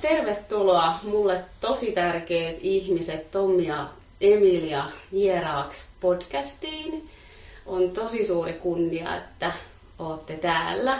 Tervetuloa mulle tosi tärkeät ihmiset Tommi ja Emilia vieraaksi podcastiin. On tosi suuri kunnia, että olette täällä.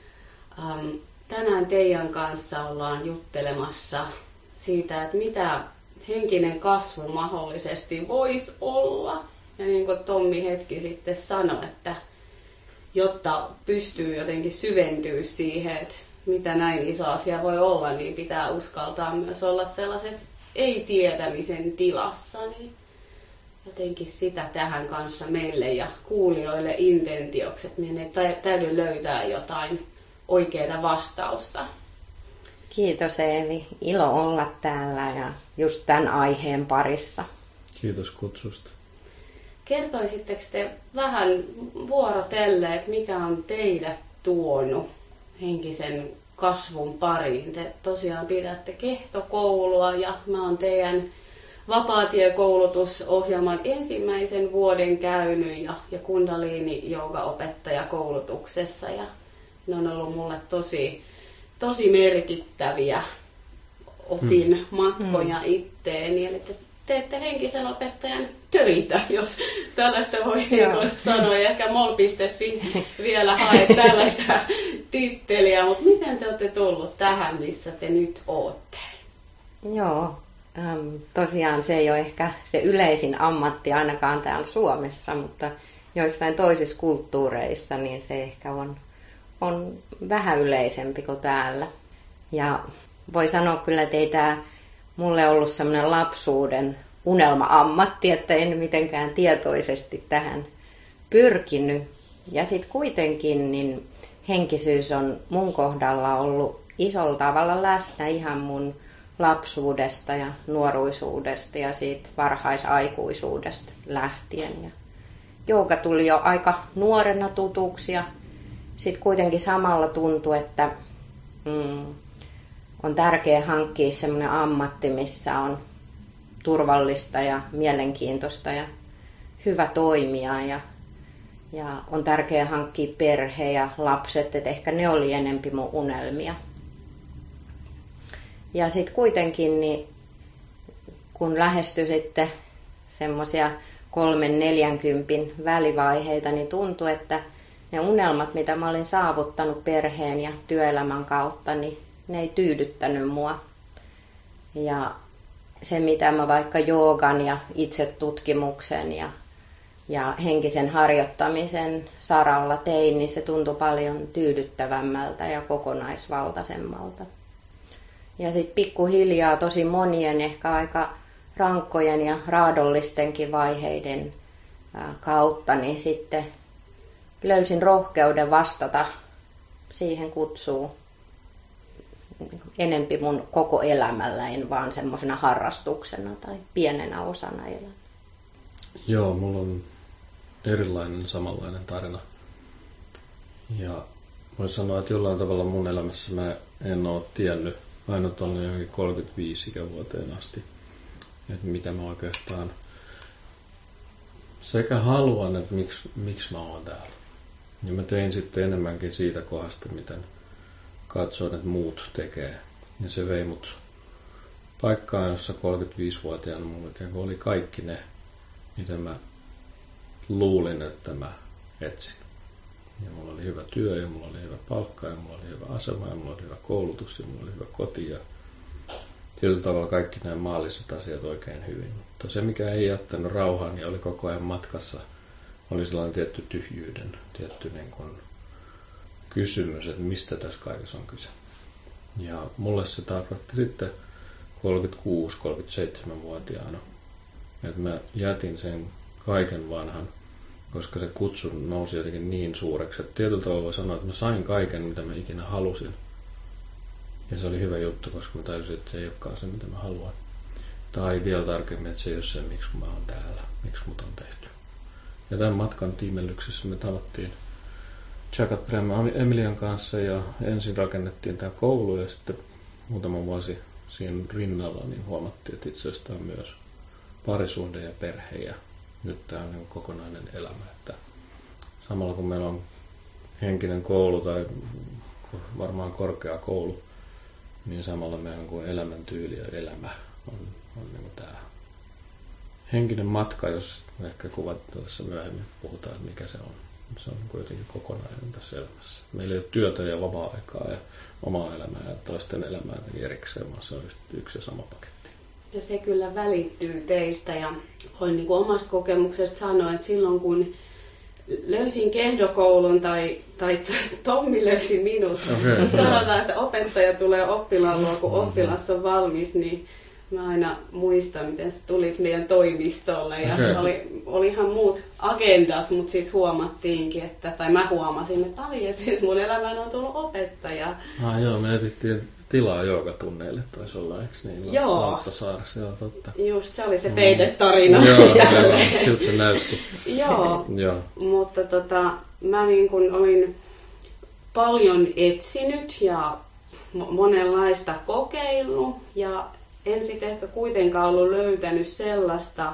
Tänään teidän kanssa ollaan juttelemassa siitä, että mitä henkinen kasvu mahdollisesti voisi olla. Ja niin kuin Tommi hetki sitten sanoi, että jotta pystyy jotenkin syventyä siihen, että mitä näin iso asia voi olla, niin pitää uskaltaa myös olla sellaisessa ei-tietämisen tilassa. Niin jotenkin sitä tähän kanssa meille ja kuulijoille intentioksi, että meidän ei täydy löytää jotain oikeaa vastausta. Kiitos Eevi. Ilo olla täällä ja just tämän aiheen parissa. Kiitos kutsusta. Kertoisitteko te vähän vuorotellen, että mikä on teidät tuonut henkisen kasvun pariin? Te tosiaan pidätte kehtokoulua ja mä oon teidän vapaatiekoulutusohjelman ensimmäisen vuoden käynyt ja kundaliini-joogaopettajakoulutuksessa ja ne on ollut mulle tosi merkittäviä opinmatkoja itteeni. Eli te teette henkisen opettajan töitä, jos tällaista voi sanoa. Ja ehkä mol.fi vielä hae tällaista titteliä, mutta miten te olette tullut tähän, missä te nyt ootte? Joo, tosiaan se ei ole ehkä se yleisin ammatti ainakaan täällä Suomessa, mutta joissain toisissa kulttuureissa niin se ehkä on vähän yleisempi kuin täällä. Ja voi sanoa kyllä, että ei tämä mulle ollut semmoinen lapsuuden unelma-ammatti, että en mitenkään tietoisesti tähän pyrkinyt. Ja sitten kuitenkin niin henkisyys on mun kohdalla ollut isolla tavalla läsnä ihan mun lapsuudesta ja nuoruisuudesta ja siitä varhaisaikuisuudesta lähtien. Ja jooga tuli jo aika nuorena tutuksi ja sitten kuitenkin samalla tuntui, että on tärkeää hankkia semmoinen ammatti, missä on turvallista ja mielenkiintoista ja hyvä toimia. Ja on tärkeää hankkia perhe ja lapset, että ehkä ne oli enempi mun unelmia. Ja sitten kuitenkin, niin kun lähestyi sitten semmoisia 3-40 välivaiheita, niin tuntui, että ne unelmat, mitä mä olin saavuttanut perheen ja työelämän kautta, niin ne ei tyydyttänyt mua. Ja se, mitä mä vaikka joogan ja itsetutkimuksen ja henkisen harjoittamisen saralla tein, niin se tuntui paljon tyydyttävämmältä ja kokonaisvaltaisemmalta. Ja sitten pikkuhiljaa tosi monien ehkä aika rankkojen ja raadollistenkin vaiheiden kautta, niin sitten löysin rohkeuden vastata siihen kutsuun enempi mun koko elämällä, en vaan semmoisena harrastuksena tai pienenä osana elämää. Joo, mulla on erilainen samanlainen tarina. Ja voin sanoa, että jollain tavalla mun elämässä mä en ole tiennyt aina tuonne johonkin 35 ikävuoteen asti, että mitä mä oikeastaan sekä haluan, että miksi mä oon täällä. Ja mä tein sitten enemmänkin siitä kohdasta, miten katsoin, että muut tekee. Ja se vei mut paikkaan, jossa 35-vuotiaana mulla oli kaikki ne, mitä mä luulin, että mä etsin. Ja mulla oli hyvä työ, ja mulla oli hyvä palkka, ja mulla oli hyvä asema, ja mulla oli hyvä koulutus, ja mulla oli hyvä koti. Ja tietyllä tavalla kaikki nämä maalliset asiat oikein hyvin. Mutta se, mikä ei jättänyt rauhaan ja oli koko ajan matkassa, oli sellainen tietty tyhjyyden, tietty niin kuin kysymys, että mistä tässä kaikessa on kyse. Ja mulle se tarkoitti sitten 36-37-vuotiaana, että mä jätin sen kaiken vanhan, koska se kutsu nousi jotenkin niin suureksi, että tietyllä tavalla voi sanoa, että mä sain kaiken, mitä mä ikinä halusin. Ja se oli hyvä juttu, koska mä tajusin, että se ei olekaan se, mitä mä haluan. Tai vielä tarkemmin, että se ei ole se, miksi mä oon täällä, miksi mut on tehty. Ja tämän matkan tiimellyksessä me tavattiin Jagat Prema Emilian kanssa ja ensin rakennettiin tämä koulu ja sitten muutama vuosi siinä rinnalla niin huomattiin, että itse asiassa tämä on myös parisuhde ja perhe ja nyt tämä on niin kokonainen elämä. Että samalla kun meillä on henkinen koulu tai varmaan korkea koulu, niin samalla meidän kuin elämäntyyli ja elämä on niin kuin tämä henkinen matka, jos ehkä kuvattavassa myöhemmin puhutaan, että mikä se on. Se on kuitenkin kokonainen tässä elämässä. Meillä ei ole työtä ja vapaa-aikaa ja omaa elämää ja toisten elämää erikseen, vaan se on yksi ja sama paketti. Ja se kyllä välittyy teistä ja voin niin kuin omasta kokemuksesta sanoa, että silloin kun löysin kehdokoulun tai Tommi löysi minut, niin sanotaan, että opettaja tulee oppilaan luo, kun oppilas on valmis, niin mä aina muistan, miten sä tulit meidän toimistolle ja oli ihan muut agendat, mutta sitten huomattiinkin, tai mä huomasin, että että mun elämään on tullut opettaja. Joo, me etittiin tilaa joogatunneille, taisi olla, eikö niin? Joo. Lauttasaaressa, joo, totta. Just, se oli se peitetarina. Joo, siltä se näytti. Joo, mutta mä niin kun olin paljon etsinyt ja monenlaista kokeillut ja en sitten ehkä kuitenkaan ollut löytänyt sellaista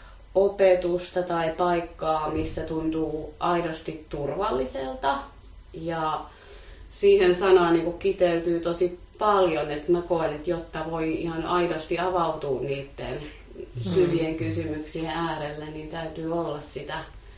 opetusta tai paikkaa, missä tuntuu aidosti turvalliselta. Ja siihen sanaan niin kiteytyy tosi paljon, että mä koen, että jotta voi ihan aidosti avautua niiden syvien kysymyksien äärelle, niin täytyy olla sitä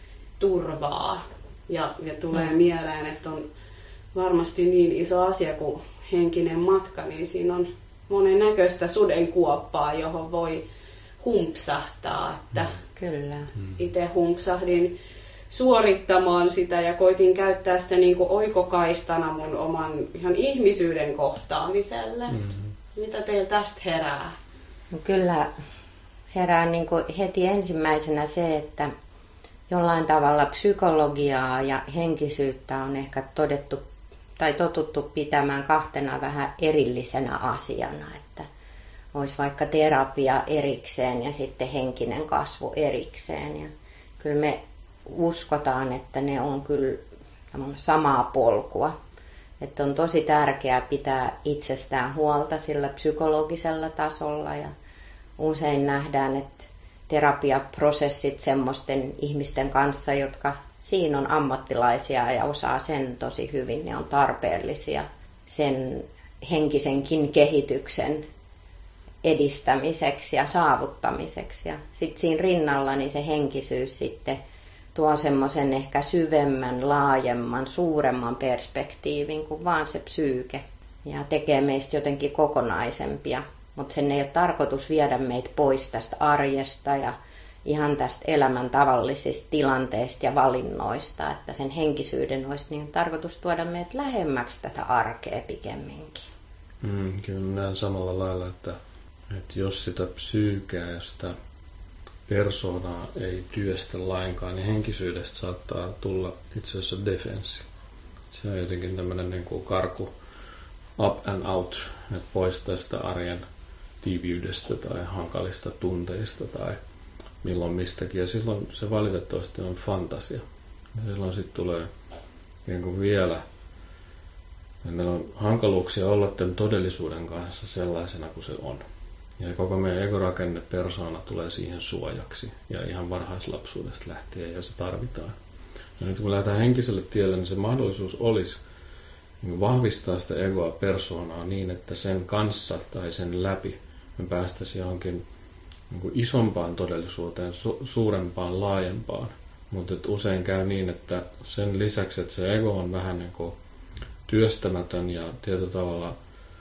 turvaa. Ja tulee mieleen, että on varmasti niin iso asia kuin henkinen matka, niin siinä on monennäköistä sudenkuoppaa, johon voi humpsahtaa. Että Kyllä. Itse humpsahdin suorittamaan sitä ja koitin käyttää sitä niin kuin oikokaistana mun oman ihan ihmisyyden kohtaamiselle. Mitä teillä tästä herää? No kyllä herää niin kuin heti ensimmäisenä se, että jollain tavalla psykologiaa ja henkisyyttä on ehkä todettu tai totuttu pitämään kahtena vähän erillisenä asiana, että olisi vaikka terapia erikseen ja sitten henkinen kasvu erikseen. Ja kyllä me uskotaan, että ne on kyllä samaa polkua. Että on tosi tärkeää pitää itsestään huolta sillä psykologisella tasolla ja usein nähdään, että terapiaprosessit semmoisten ihmisten kanssa, jotka siinä on ammattilaisia ja osaa sen tosi hyvin, ne on tarpeellisia sen henkisenkin kehityksen edistämiseksi ja saavuttamiseksi. Ja sitten siinä rinnalla niin se henkisyys sitten tuo semmoisen ehkä syvemmän, laajemman, suuremman perspektiivin kuin vaan se psyyke. Ja tekee meistä jotenkin kokonaisempia. Mutta sen ei ole tarkoitus viedä meitä pois tästä arjesta ja ihan tästä elämän tavallisista tilanteista ja valinnoista. Että sen henkisyyden olisi niin tarkoitus tuoda meitä lähemmäksi tätä arkea pikemminkin. Kyllä näen samalla lailla, että jos sitä psyykeä ja sitä persoonaa ei työstä lainkaan, niin henkisyydestä saattaa tulla itse asiassa defenssi. Se on jotenkin tämmöinen niin kuin karku up and out, että poistaa sitä arjen tiiviydestä tai hankalista tunteista tai milloin mistäkin. Ja silloin se valitettavasti on fantasia. Ja silloin sitten tulee niin kuin vielä, meillä on hankaluuksia olla tämän todellisuuden kanssa sellaisena kuin se on. Ja koko meidän egorakenne persoona tulee siihen suojaksi ja ihan varhaislapsuudesta lähtien ja se tarvitaan. Ja nyt kun lähdetään henkiselle tielle, niin se mahdollisuus olisi niin vahvistaa sitä egoa persoonaa niin, että sen kanssa tai sen läpi me päästäisiin johonkin niin isompaan todellisuuteen, suurempaan, laajempaan. Mutta usein käy niin, että sen lisäksi, että se ego on vähän niin kuin työstämätön ja tietyllä tavalla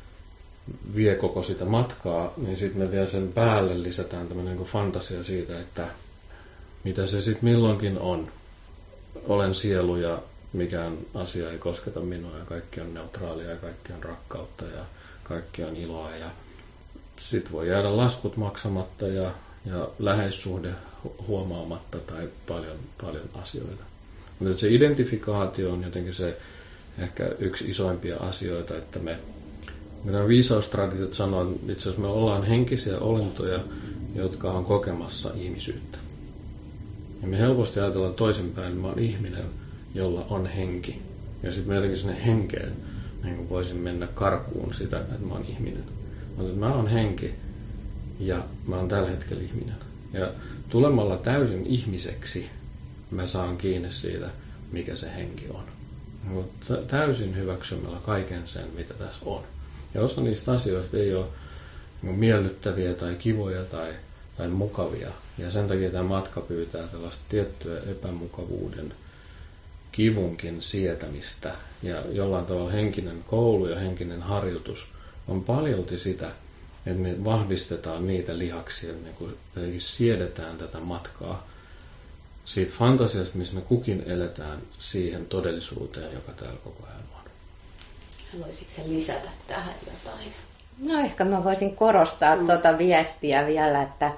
vie koko sitä matkaa, niin sitten me vielä sen päälle lisätään tämmöinen niin fantasia siitä, että mitä se sitten milloinkin on. Olen sielu ja mikään asia ei kosketa minua ja kaikki on neutraalia ja kaikki on rakkautta ja kaikki on iloa ja sitten voi jäädä laskut maksamatta ja läheissuhde huomaamatta tai paljon asioita. Mutta se identifikaatio on jotenkin se ehkä yksi isoimpia asioita, että meidän viisaustraditiot sanoo, että itse asiassa me ollaan henkisiä olentoja, jotka on kokemassa ihmisyyttä. Ja me helposti ajatellaan toisinpäin, että mä oon ihminen, jolla on henki. Ja sitten me jotenkin sinne henkeen niin voisin mennä karkuun sitä, että mä oon ihminen. Mutta mä oon henki ja mä oon tällä hetkellä ihminen. Ja tulemalla täysin ihmiseksi mä saan kiinni siitä, mikä se henki on. Mutta täysin hyväksymällä kaiken sen, mitä tässä on. Ja osa niistä asioista ei ole miellyttäviä tai kivoja tai mukavia. Ja sen takia tämä matka pyytää tällaista tiettyä epämukavuuden kivunkin sietämistä. Ja jollain tavalla henkinen koulu ja henkinen harjoitus on paljolti sitä, että me vahvistetaan niitä lihaksia, niin kuin siedetään tätä matkaa siitä fantasiasta, missä me kukin eletään, siihen todellisuuteen, joka täällä koko ajan on. Haluaisitko sä lisätä tähän jotain? No ehkä mä voisin korostaa tuota viestiä vielä, että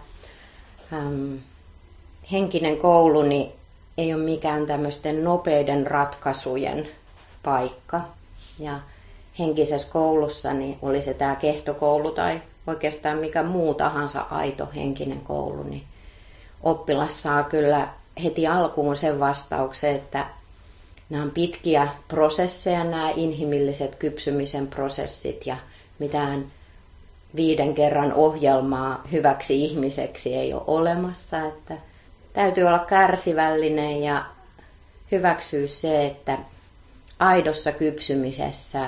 henkinen koulu niin ei ole mikään tämmöisten nopeiden ratkaisujen paikka. Ja henkisessä koulussa, niin oli se tämä kehtokoulu tai oikeastaan mikä muu tahansa aito henkinen koulu, niin oppilas saa kyllä heti alkuun sen vastauksen, että nämä on pitkiä prosesseja, nämä inhimilliset kypsymisen prosessit, ja mitään 5 kerran ohjelmaa hyväksi ihmiseksi ei ole olemassa, että täytyy olla kärsivällinen ja hyväksyä se, että aidossa kypsymisessä,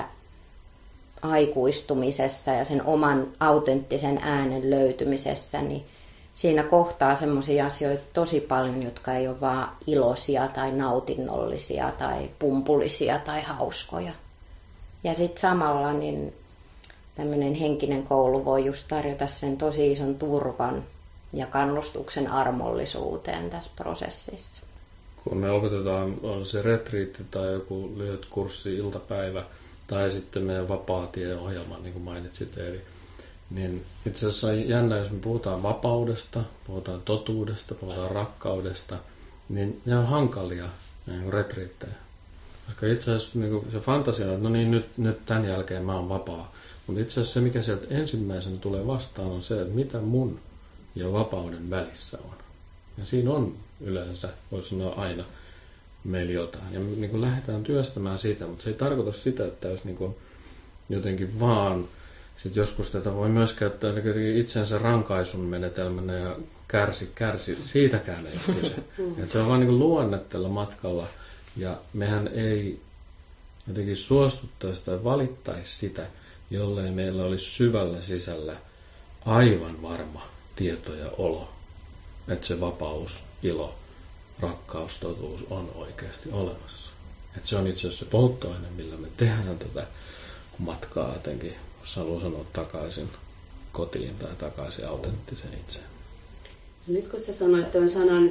aikuistumisessa ja sen oman autenttisen äänen löytymisessä, niin siinä kohtaa semmoisia asioita tosi paljon, jotka ei ole vaan iloisia tai nautinnollisia tai pumpulisia tai hauskoja. Ja sitten samalla niin tämmöinen henkinen koulu voi just tarjota sen tosi ison turvan ja kannustuksen armollisuuteen tässä prosessissa. Kun me opetetaan, on se retriitti tai joku lyhyt kurssi, iltapäivä tai sitten meidän vapaa-tieohjelma, niin kuin mainitsit, niin itse asiassa on jännä, jos me puhutaan vapaudesta, puhutaan totuudesta, puhutaan rakkaudesta, niin ne on hankalia niin retriittejä. Koska itse asiassa niin se fantasia on, että no niin, nyt tämän jälkeen mä oon vapaa. Mutta itse asiassa se, mikä sieltä ensimmäisenä tulee vastaan, on se, että mitä mun ja vapauden välissä on. Ja siinä on yleensä, voisi sanoa aina, meillä jotain. Ja niin kuin lähdetään työstämään sitä, mutta se ei tarkoita sitä, että jos niin kuin jotenkin vaan, sit joskus tätä voi myös käyttää itsensä rankaisun menetelmänä ja kärsi, siitäkään ei ole kyse. Että se on vaan niin kuin luonne tällä matkalla, ja mehän ei jotenkin suostuttaisi tai valittaisi sitä, jollei meillä olisi syvällä sisällä aivan varma tieto ja olo, että se vapaus, ilo, rakkaus, totuus on oikeasti olemassa. Että se on itse asiassa se polttoaine, millä me tehdään tätä matkaa jotenkin, jos haluaa sanoa, takaisin kotiin tai takaisin autenttisen itseen. Nyt kun sä sanoit tuon sanan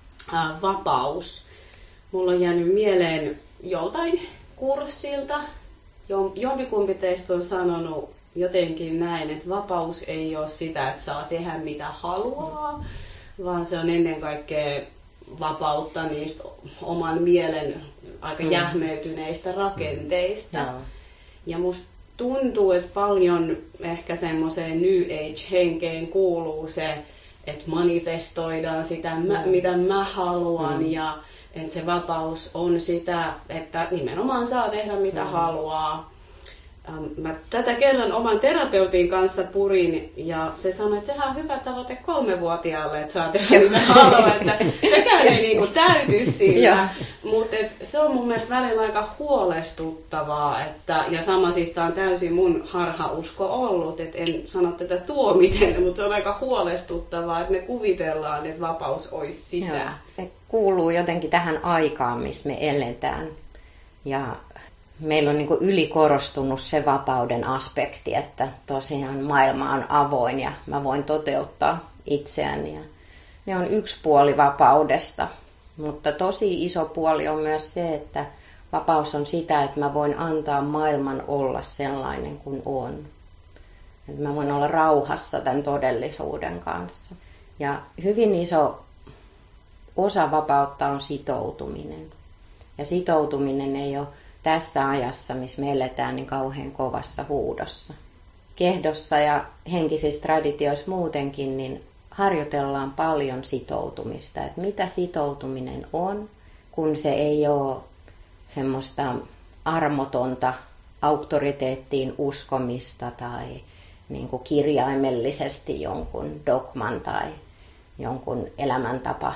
vapaus, mulla on jäänyt mieleen joltain kurssilta. Jompikumpi teistä on sanonut jotenkin näin, että vapaus ei ole sitä, että saa tehdä mitä haluaa, vaan se on ennen kaikkea vapautta niistä oman mielen aika jähmeytyneistä rakenteista. Ja musta tuntuu, että paljon ehkä semmoiseen New Age-henkeen kuuluu se, että manifestoidaan sitä, mitä mä haluan, ja että se vapaus on sitä, että nimenomaan saa tehdä mitä haluaa. Mä tätä kerran oman terapeutin kanssa purin, ja se sanoi, että sehän on hyvä tavoite 3-vuotiaalle, että saa tehdä mitä haluaa, että sekään ei niinku täyty sillä. Mutta se on mun mielestä välillä aika huolestuttavaa, ja sama siis tää on täysin mun harhausko ollut, että en sano tätä tuomiten, mutta se on aika huolestuttavaa, että me kuvitellaan, että vapaus olisi sitä. Joo, se kuuluu jotenkin tähän aikaan, missä me eletään, ja meillä on niin kuin ylikorostunut se vapauden aspekti, että tosiaan maailma on avoin ja mä voin toteuttaa itseäni. Ja ne on yksi puoli vapaudesta, mutta tosi iso puoli on myös se, että vapaus on sitä, että mä voin antaa maailman olla sellainen kuin on. Että mä voin olla rauhassa tämän todellisuuden kanssa. Ja hyvin iso osa vapautta on sitoutuminen. Ja sitoutuminen ei ole tässä ajassa, missä me eletään, niin kauhean kovassa huudossa. Kehdossa ja henkisissä traditioissa muutenkin, niin harjoitellaan paljon sitoutumista. Että mitä sitoutuminen on, kun se ei ole semmoista armotonta auktoriteettiin uskomista tai niin kuin kirjaimellisesti jonkun dogman tai jonkun elämäntapa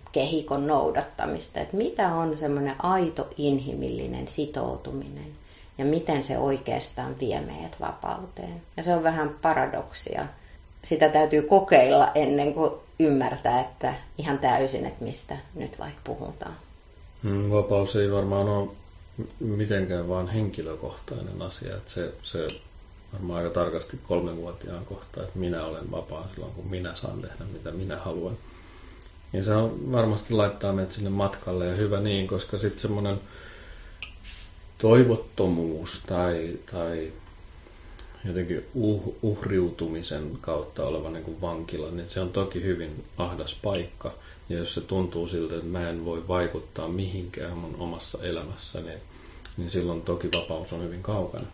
kehikon noudattamista, että mitä on semmoinen aito inhimillinen sitoutuminen. ja miten se oikeastaan vie meidät vapauteen. Ja se on vähän paradoksia. Sitä täytyy kokeilla ennen kuin ymmärtää, että ihan täysin, että mistä nyt vaikka puhutaan. Vapaus ei varmaan ole mitenkään vaan henkilökohtainen asia. Että se varmaan aika tarkasti 3-vuotiaan kohta, että minä olen vapaa silloin, kun minä saan tehdä, mitä minä haluan. Ja se on varmasti laittaa meidät sinne matkalle, ja hyvä niin, koska sitten semmoinen toivottomuus tai jotenkin uhriutumisen kautta oleva niin kuin vankila, niin se on toki hyvin ahdas paikka. Ja jos se tuntuu siltä, että mä en voi vaikuttaa mihinkään mun omassa elämässäni, niin silloin toki vapaus on hyvin kaukana.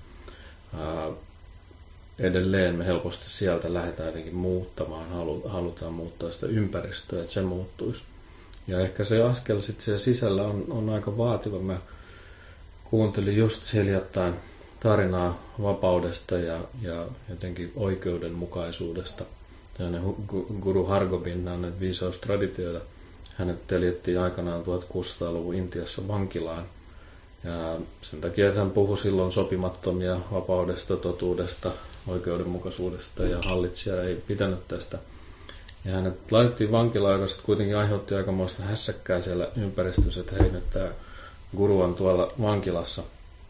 Edelleen me helposti sieltä lähdetään jotenkin muuttamaan, halutaan muuttaa sitä ympäristöä, että se muuttuisi. Ja ehkä se askel sitten siellä sisällä on aika vaativa. Mä kuuntelin just hiljattain tarinaa vapaudesta ja jotenkin oikeudenmukaisuudesta. Tällainen Guru Hargobinnan viisaustraditioita. Hänet teljettiin aikanaan 1600-luvun Intiassa vankilaan. Ja sen takia, että hän puhui silloin sopimattomia vapaudesta, totuudesta, oikeudenmukaisuudesta ja hallitsija ei pitänyt tästä. Ja hänet laitettiin vankilaan, joka sitten kuitenkin aiheutti aikamoista hässäkkää siellä ympäristössä, että hei nyt tämä guru on tuolla vankilassa.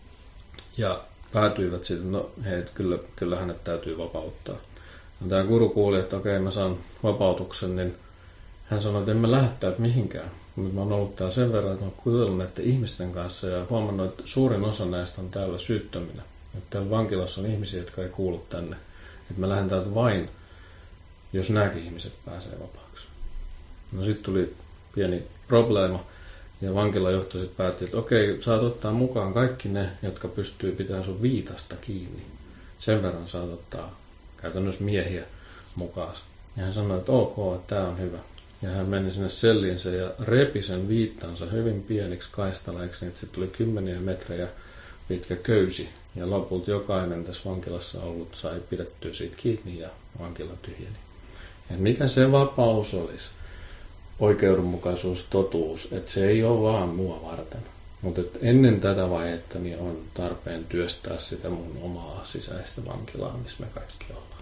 Ja päätyivät sitten, no hei, kyllä hänet täytyy vapauttaa. Ja tämä guru kuuli, että okei, mä saan vapautuksen, niin hän sanoi, että en mä lähde täältä mihinkään. Mutta mä oon ollut täällä sen verran, että mä oon kuunnellut näiden ihmisten kanssa ja huomannut, että suurin osa näistä on täällä syyttöminä. Että täällä vankilassa on ihmisiä, jotka ei kuulu tänne. Että mä lähden täältä vain, jos nämäkin ihmiset pääsee vapaaksi. No sitten tuli pieni probleema ja vankilajohto sitten päätti, että okei, saat ottaa mukaan kaikki ne, jotka pystyy pitämään sun viitasta kiinni. Sen verran saat ottaa käytännössä miehiä mukaan. Ja hän sanoi, että ok, että tää on hyvä. Ja hän meni sinne selliinsä ja repi sen viittansa hyvin pieniksi kaistaleiksi, niin että sitten tuli 10 metrejä pitkä köysi. Ja lopulta jokainen tässä vankilassa ollut sai pidettyä siitä kiinni ja vankila tyhjeni. Ja mikä se vapaus olisi? Oikeudenmukaisuus, totuus, että se ei ole vaan mua varten. Mutta ennen tätä vaihetta niin on tarpeen työstää sitä mun omaa sisäistä vankilaa, missä me kaikki ollaan.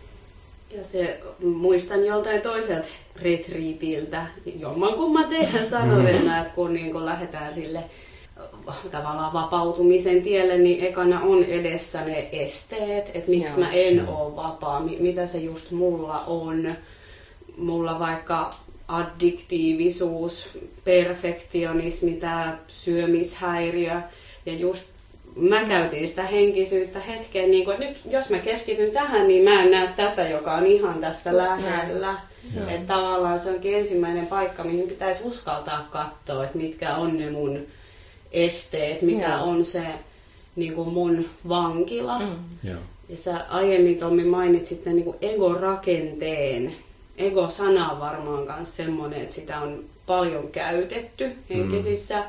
Ja se muistan joltain toiselta retriitiltä, jommankumman teidän sanoneena, että kun niin lähdetään sille tavallaan vapautumisen tielle, niin ekana on edessä ne esteet, että miksi mä en ole vapaa, mitä se just mulla on. Mulla vaikka addiktiivisuus, perfektionismi, tää syömishäiriö ja just mä käytin sitä henkisyyttä hetkeen, niin kuin, että nyt jos mä keskityn tähän, niin mä en näe tätä, joka on ihan tässä lähellä. Että tavallaan se onkin ensimmäinen paikka, mihin pitäisi uskaltaa katsoa, että mitkä on ne mun esteet, mikä on se niin kuin mun vankila. Ja sä aiemmin, Tommi, mainitsit niin kuin ego-rakenteen. Ego-sana on varmaan myös semmoinen, että sitä on paljon käytetty henkisissä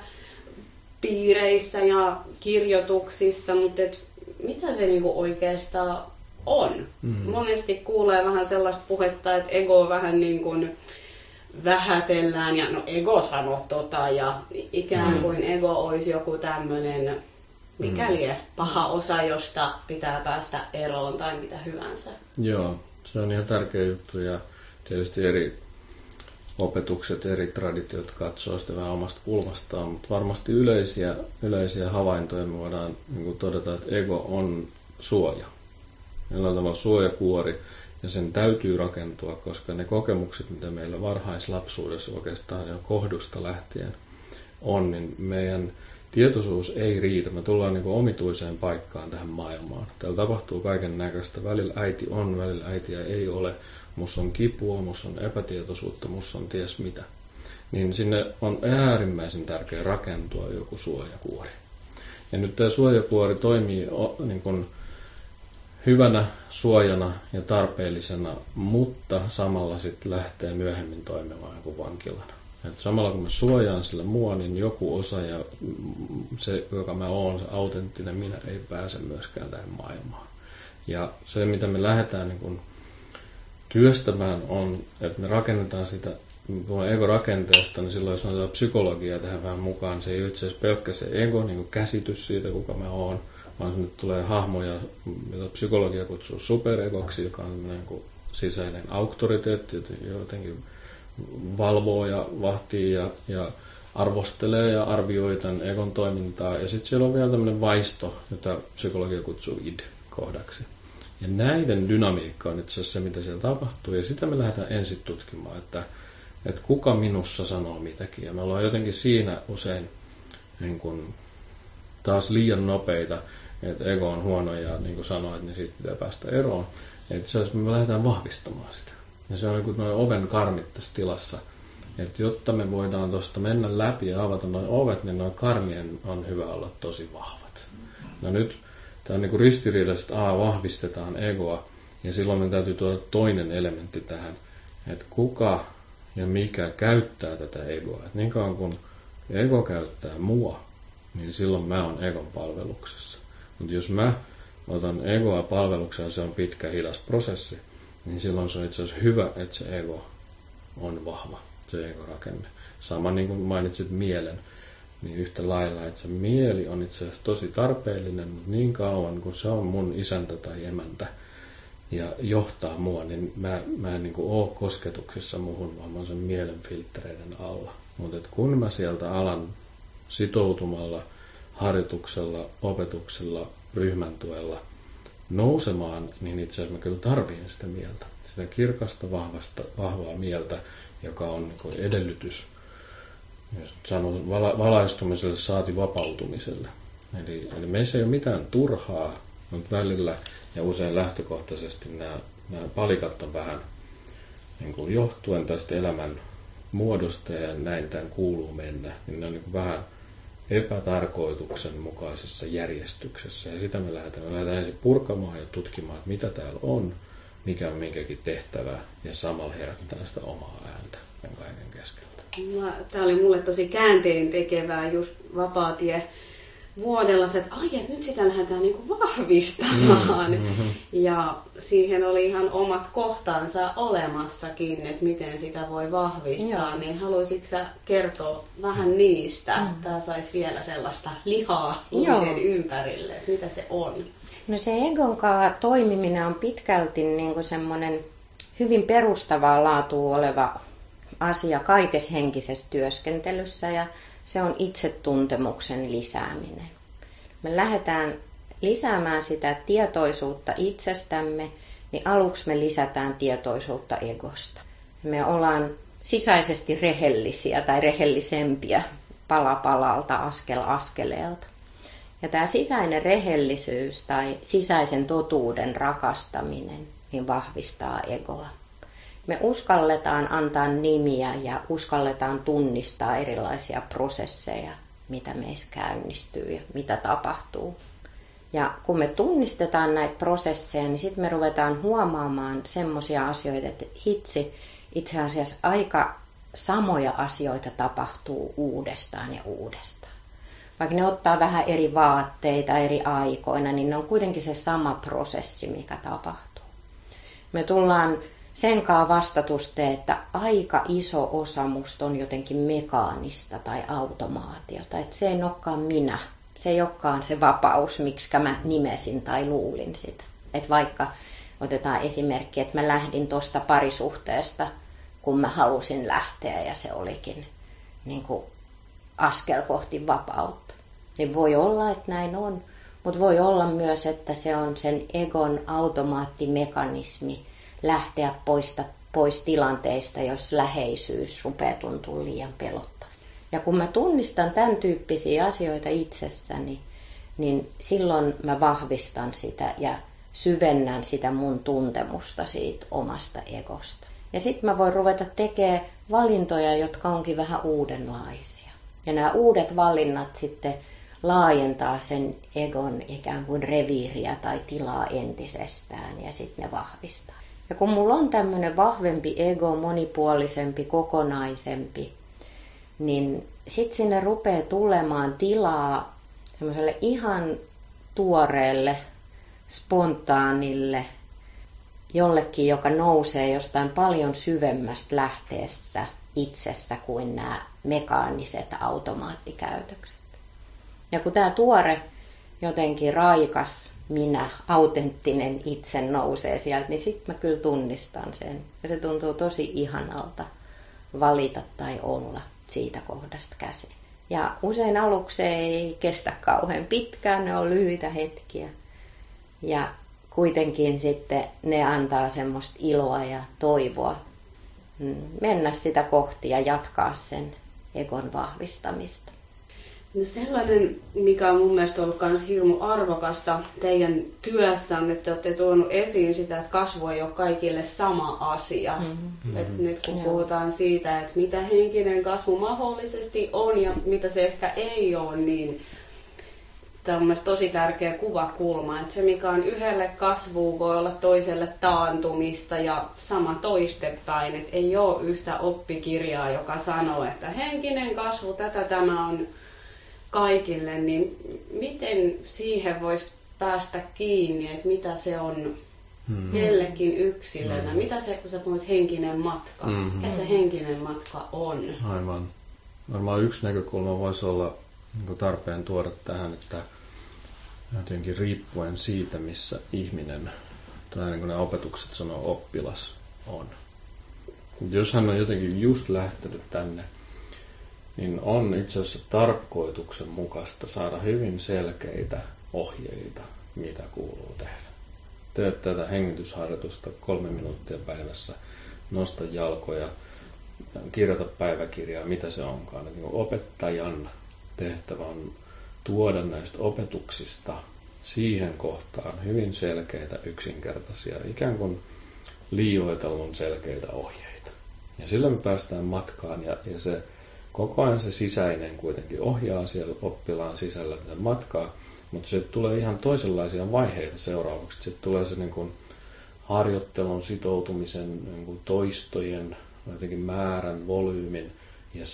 piireissä ja kirjoituksissa, mutta mitä se niinku oikeastaan on? Monesti kuulee vähän sellaista puhetta, että ego vähän niin kuin vähätellään ja no ego sanoo ja ikään kuin ego olisi joku tämmöinen mikäli paha osa, josta pitää päästä eroon tai mitä hyvänsä. Joo, se on ihan tärkeä juttu ja tietysti eri opetukset, eri traditiot katsoo sitä vähän omasta kulmastaan, mutta varmasti yleisiä havaintoja me voidaan niin todeta, että ego on suoja. Meillä on tavallaan suojakuori ja sen täytyy rakentua, koska ne kokemukset, mitä meillä varhaislapsuudessa oikeastaan jo kohdusta lähtien on, niin meidän tietoisuus ei riitä. Me tullaan niin omituiseen paikkaan tähän maailmaan. Täällä tapahtuu kaiken näköistä. Välillä äiti on, välillä äitiä ei ole. Musta on kipua, musta on epätietoisuutta, musta on ties mitä. Niin sinne on äärimmäisen tärkeää rakentua joku suojakuori. Ja nyt tämä suojakuori toimii niin kuin hyvänä suojana ja tarpeellisena, mutta samalla sitten lähtee myöhemmin toimimaan kuin vankilana. Et samalla kun mä suojaan sillä mua, niin joku osa ja se, joka mä oon, se autenttinen minä, ei pääse myöskään tähän maailmaan. Ja se, mitä me lähdetään niin kun työstämään, on, että me rakennetaan sitä, kun on ego-rakenteesta, niin silloin jos otetaan psykologiaa tähän vähän mukaan, se ei ole itse asiassa pelkkä se ego, niin kuin käsitys siitä, kuka mä oon, vaan sinne tulee hahmoja, mitä psykologia kutsuu superegoksi, joka on niin kuin sisäinen auktoriteetti, jotenkin valvoo ja vahtii ja arvostelee ja arvioi tämän egon toimintaa. Ja sitten siellä on vielä tämmöinen vaisto, jota psykologia kutsuu id-kohdaksi. Ja näiden dynamiikka on itse asiassa se, mitä siellä tapahtuu. Ja sitä me lähdetään ensin tutkimaan, että kuka minussa sanoo mitäkin. Ja me ollaan jotenkin siinä usein niin kuin taas liian nopeita, että ego on huono ja niin kuin sanoit, niin siitä pitää päästä eroon. Että se me lähdetään vahvistamaan sitä. Ja se on niin kuin noin oven karmit tässä tilassa. Että jotta me voidaan tuosta mennä läpi ja avata noin ovet, niin noin karmien on hyvä olla tosi vahvat. No nyt tämä on niin kuin ristiriidassa, että vahvistetaan egoa. Ja silloin me täytyy tuoda toinen elementti tähän. Että kuka ja mikä käyttää tätä egoa. Että niin kauan kun ego käyttää mua, niin silloin mä oon egon palveluksessa. Mutta jos mä otan egoa palvelukseen, se on pitkä, hidas prosessi, niin silloin se on itse asiassa hyvä, että se ego on vahva, se ego-rakenne. Sama niin kuin mainitsit mielen, niin yhtä lailla, että se mieli on itse asiassa tosi tarpeellinen, mutta niin kauan kun se on mun isäntä tai emäntä ja johtaa mua, niin mä en niin kuin ole kosketuksissa muuhun, vaan mä oon sen mielen filttereiden alla. Mutta kun mä sieltä alan sitoutumalla, harjoituksella, opetuksella, ryhmän tuella nousemaan, niin itse asiassa mä kyllä tarvitsen sitä mieltä. Sitä kirkasta, vahvaa mieltä, joka on niin edellytys, jos sanon, valaistumiselle saati vapautumiselle. Eli meissä ei ole mitään turhaa, mutta välillä ja usein lähtökohtaisesti nämä palikat on vähän niin kuin johtuen tästä elämän muodosta ja näin tämän kuuluu mennä, niin ne on niin kuin vähän epätarkoituksenmukaisessa järjestyksessä. Ja sitä me lähdetään ensin purkamaan ja tutkimaan, että mitä täällä on, mikä on minkäkin tehtävä, ja samalla herättää sitä omaa ääntä kaiken keskeltä. Tämä oli mulle tosi käänteen tekevää just Vapaatie vuodella se, että että nyt sitä lähdetään niin kuin vahvistamaan. Ja siihen oli ihan omat kohtansa olemassakin, että miten sitä voi vahvistaa. Joo. Niin haluaisitko sä kertoa vähän niistä, että tämä saisi vielä sellaista lihaa niiden ympärille, että mitä se on? No se egon kanssa toimiminen on pitkälti niin kuin semmoinen hyvin perustavaa laatua oleva asia kaikessa henkisessä työskentelyssä ja se on itsetuntemuksen lisääminen. Me lähdetään lisäämään sitä tietoisuutta itsestämme, niin aluksi me lisätään tietoisuutta egosta. Me ollaan sisäisesti rehellisiä tai rehellisempiä pala palalta, askel askeleelta. Ja tämä sisäinen rehellisyys tai sisäisen totuuden rakastaminen niin vahvistaa egoa. Me uskalletaan antaa nimiä ja uskalletaan tunnistaa erilaisia prosesseja, mitä meissä käynnistyy ja mitä tapahtuu. Ja kun me tunnistetaan näitä prosesseja, niin sitten me ruvetaan huomaamaan semmoisia asioita, että itse asiassa aika samoja asioita tapahtuu uudestaan ja uudestaan. Vaikka ne ottaa vähän eri vaatteita eri aikoina, niin ne on kuitenkin se sama prosessi, mikä tapahtuu. Me tullaan senkaan vastatuste, että aika iso osa musta on jotenkin mekaanista tai automaatiota. Että se ei olekaan minä. Se ei olekaan se vapaus, miksi mä nimesin tai luulin sitä. Että vaikka otetaan esimerkki, että mä lähdin tuosta parisuhteesta, kun mä halusin lähteä ja se olikin niin kuin askel kohti vapautta. Niin voi olla, että näin on, mutta voi olla myös, että se on sen egon automaattimekanismi lähteä pois tilanteista, jos läheisyys rupeaa tuntua liian pelottava. Ja kun mä tunnistan tämän tyyppisiä asioita itsessäni, niin silloin mä vahvistan sitä ja syvennän sitä mun tuntemusta siitä omasta egosta. Ja sitten mä voin ruveta tekemään valintoja, jotka onkin vähän uudenlaisia. Ja nämä uudet valinnat sitten laajentaa sen egon ikään kuin reviiriä tai tilaa entisestään ja sitten ne vahvistaa. Ja kun mulla on tämmöinen vahvempi ego, monipuolisempi, kokonaisempi, niin sitten sinne rupeaa tulemaan tilaa semmoiselle ihan tuoreelle, spontaanille, jollekin, joka nousee jostain paljon syvemmästä lähteestä itsessä kuin nämä mekaaniset automaattikäytökset. Ja kun tämä tuore jotenkin raikas minä, autenttinen itse nousee sieltä, niin sitten mä kyllä tunnistan sen. Ja se tuntuu tosi ihanalta valita tai olla siitä kohdasta käsin. Ja usein aluksi ei kestä kauhean pitkään, ne on lyhyitä hetkiä. Ja kuitenkin sitten ne antaa semmoista iloa ja toivoa mennä sitä kohti ja jatkaa sen egon vahvistamista. No sellainen, mikä on mun mielestä ollut myös hirmu arvokasta teidän työssänne, että te olette tuonut esiin sitä, että kasvu ei ole kaikille sama asia. Että nyt kun puhutaan siitä, että mitä henkinen kasvu mahdollisesti on ja mitä se ehkä ei ole, niin tämä on mun mielestä tosi tärkeä kuvakulma. Että se, mikä on yhdelle kasvua, voi olla toiselle taantumista ja sama toistepäin. Että ei ole yhtä oppikirjaa, joka sanoo, että henkinen kasvu, tämä on kaikille, niin miten siihen voisi päästä kiinni, että mitä se on kellekin yksilönä? Mitä se, kun sä puhuit henkinen matka, mikä se henkinen matka on? Aivan. Varmaan yksi näkökulma voisi olla niin tarpeen tuoda tähän, että jotenkin riippuen siitä, missä ihminen, tai niin kuin ne opetukset sanoo, oppilas on. Jos hän on jotenkin just lähtenyt tänne, niin on itse asiassa tarkoituksenmukaista saada hyvin selkeitä ohjeita, mitä kuuluu tehdä. Teet tätä hengitysharjoitusta 3 minuuttia päivässä, nosta jalkoja, kirjoita päiväkirjaa, mitä se onkaan. Niin opettajan tehtävä on tuoda näistä opetuksista siihen kohtaan hyvin selkeitä, yksinkertaisia, ikään kuin liioitellun selkeitä ohjeita. Ja silloin me päästään matkaan ja se koko ajan se sisäinen kuitenkin ohjaa siellä oppilaan sisällä tätä matkaa, mutta se tulee ihan toisenlaisia vaiheita seuraavaksi. Sitten tulee se niin kuin harjoittelun, sitoutumisen, niin kuin toistojen, jotenkin määrän, volyymin ja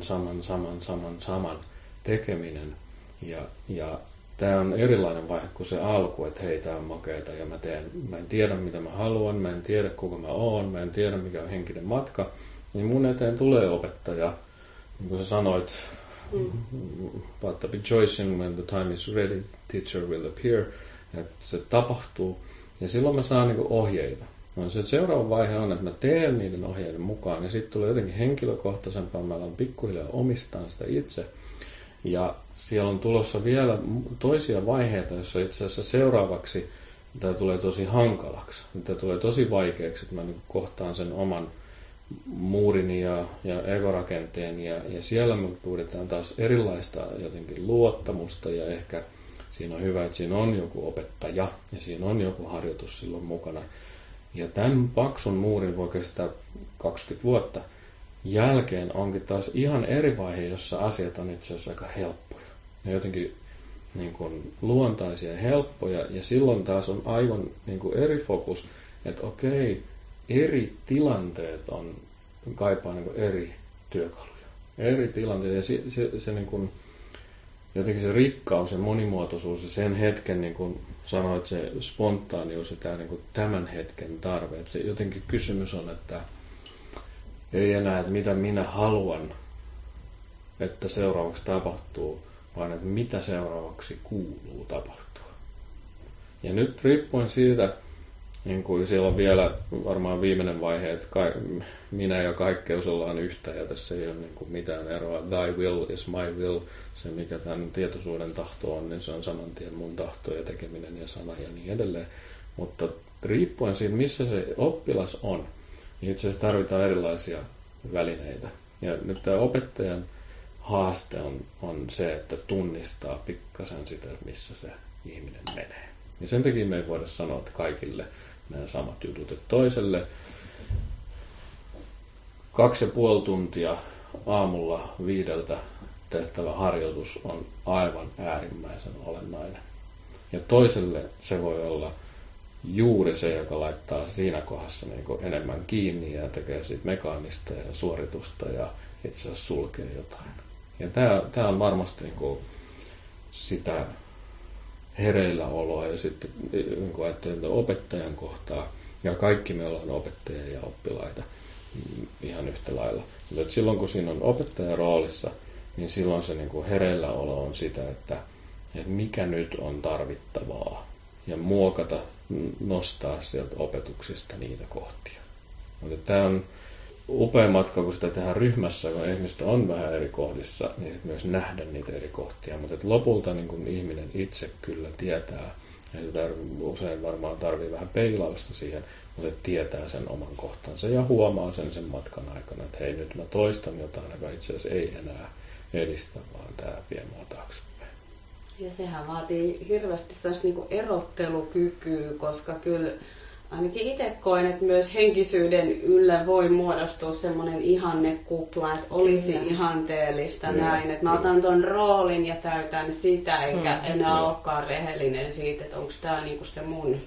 saman tekeminen. Ja tämä on erilainen vaihe kuin se alku, että hei, tämä on makeata ja mä en tiedä mitä mä haluan, mä en tiedä kuka mä oon, mä en tiedä mikä on henkinen matka, niin mun eteen tulee opettaja. Niin kuin sä sanoit, but rejoicing when the time is ready, teacher will appear, että se tapahtuu. Ja silloin mä saan niin kuin ohjeita. No, se seuraava vaihe on, että mä teen niiden ohjeiden mukaan, ja sitten tulee jotenkin henkilökohtaisempaa, mä alan pikkuhiljaa omistaa sitä itse. Ja siellä on tulossa vielä toisia vaiheita, joissa itse asiassa seuraavaksi tämä tulee tosi hankalaksi. Tämä tulee tosi vaikeaksi, että mä niin kohtaan sen oman muurini ja egorakenteen, ja siellä me pyydetään taas erilaista jotenkin luottamusta, ja ehkä siinä on hyvä, että siinä on joku opettaja, ja siinä on joku harjoitus silloin mukana. Ja tämän paksun muurin voi kestää 20 vuotta. Jälkeen onkin taas ihan eri vaihe, jossa asiat on itse asiassa aika helppoja. Ne jotenkin niin kuin luontaisia ja helppoja, ja silloin taas on aivan niin kuin eri fokus, että okei, eri tilanteet kaipaa niin kuin eri työkaluja. Eri tilanteet, ja se niin kuin, jotenkin se rikkaus ja monimuotoisuus ja sen hetken, niin kuin sanoit, se spontaanius ja tämä, niin kuin tämän hetken tarve. Että se jotenkin kysymys on, että ei enää, että mitä minä haluan, että seuraavaksi tapahtuu, vaan että mitä seuraavaksi kuuluu tapahtua. Ja nyt riippuen siitä, niin kuin siellä on vielä varmaan viimeinen vaihe, että minä ja kaikkeus ollaan yhtä, ja tässä ei ole niin kuin mitään eroa. Thy will is my will. Se, mikä tämän tietoisuuden tahto on, niin se on saman tien mun tahto ja tekeminen ja sana ja niin edelleen. Mutta riippuen siitä, missä se oppilas on, niin itse asiassa tarvitaan erilaisia välineitä. Ja nyt tämä opettajan haaste on se, että tunnistaa pikkasen sitä, että missä se ihminen menee. Ja sen takia me ei voida sanoa, että kaikille nämä samat jutut. Että toiselle 2,5 tuntia aamulla 5 tehtävä harjoitus on aivan äärimmäisen olennainen. Ja toiselle se voi olla juuri se, joka laittaa siinä kohdassa niin kuin enemmän kiinni ja tekee siitä mekaanista ja suoritusta ja itse asiassa sulkee jotain. Ja tämä on varmasti niin kuin sitä hereilläoloa ja sitten niin kuin ajattelen opettajan kohtaa, ja kaikki me ollaan opettajia ja oppilaita ihan yhtä lailla. Mutta silloin kun siinä on opettajan roolissa, niin silloin se niin kuin hereilläolo on sitä, että että mikä nyt on tarvittavaa ja muokata, nostaa sieltä opetuksista niitä kohtia. Mutta tämä on upea matka, kun sitä tehdään ryhmässä, kun ihmiset on vähän eri kohdissa, niin myös nähdä niitä eri kohtia. Mutta lopulta niin kun ihminen itse kyllä tietää, ja usein varmaan tarvii vähän peilausta siihen, mutta tietää sen oman kohtansa ja huomaa sen matkan aikana, että hei, nyt mä toistan jotain, joka itse asiassa ei enää edistä, vaan tämä vie mua taaksepäin. Ja sehän vaatii hirveästi sellaista niin erottelukykyä, koska kyllä ainakin itse koen, että myös henkisyyden yllä voi muodostua semmoinen ihannekupla, että olisi ihanteellista näin, että mä otan ton roolin ja täytän sitä, eikä enää olekaan rehellinen siitä, että onko tämä niinku se mun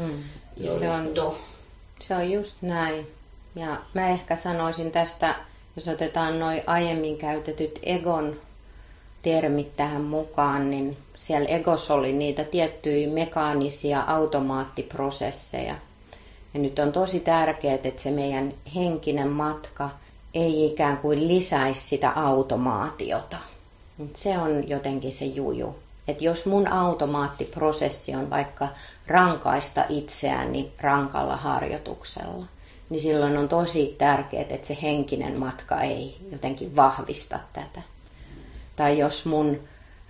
juttu. Se on just näin. Ja mä ehkä sanoisin tästä, jos otetaan noi aiemmin käytetyt egon termit tähän mukaan, niin siellä egossa oli niitä tiettyjä mekaanisia automaattiprosesseja. Ja nyt on tosi tärkeää, että se meidän henkinen matka ei ikään kuin lisäisi sitä automaatiota. Se on jotenkin se juju. Että jos mun automaattiprosessi on vaikka rankaista itseäni rankalla harjoituksella, niin silloin on tosi tärkeää, että se henkinen matka ei jotenkin vahvista tätä. Tai jos mun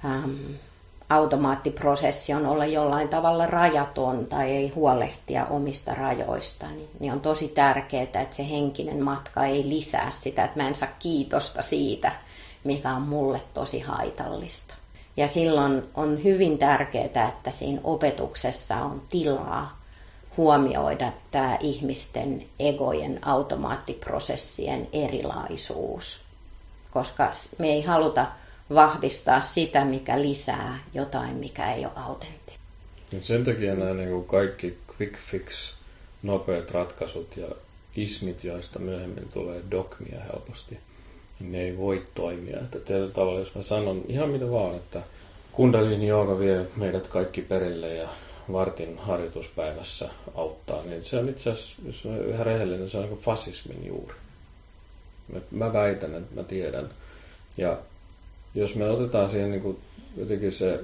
automaattiprosessi on olla jollain tavalla rajaton tai ei huolehtia omista rajoista, niin on tosi tärkeää, että se henkinen matka ei lisää sitä, että mä en saa kiitosta siitä, mikä on mulle tosi haitallista. Ja silloin on hyvin tärkeää, että siinä opetuksessa on tilaa huomioida tämä ihmisten egojen automaattiprosessien erilaisuus, koska me ei haluta vahvistaa sitä, mikä lisää jotain, mikä ei ole autenttista. Sen takia nämä niin kaikki quick fix, nopeat ratkaisut ja ismit, joista myöhemmin tulee dogmia helposti, niin ne ei voi toimia. Että tietyllä tavalla, jos mä sanon ihan mitä vaan, että Kundalini jooga vie meidät kaikki perille ja vartin harjoituspäivässä auttaa, niin se on itse asiassa, jos on ihan rehellinen, se on niin kuin fasismin juuri. Mä väitän, että mä tiedän. Ja jos me otetaan siihen niin kuin jotenkin se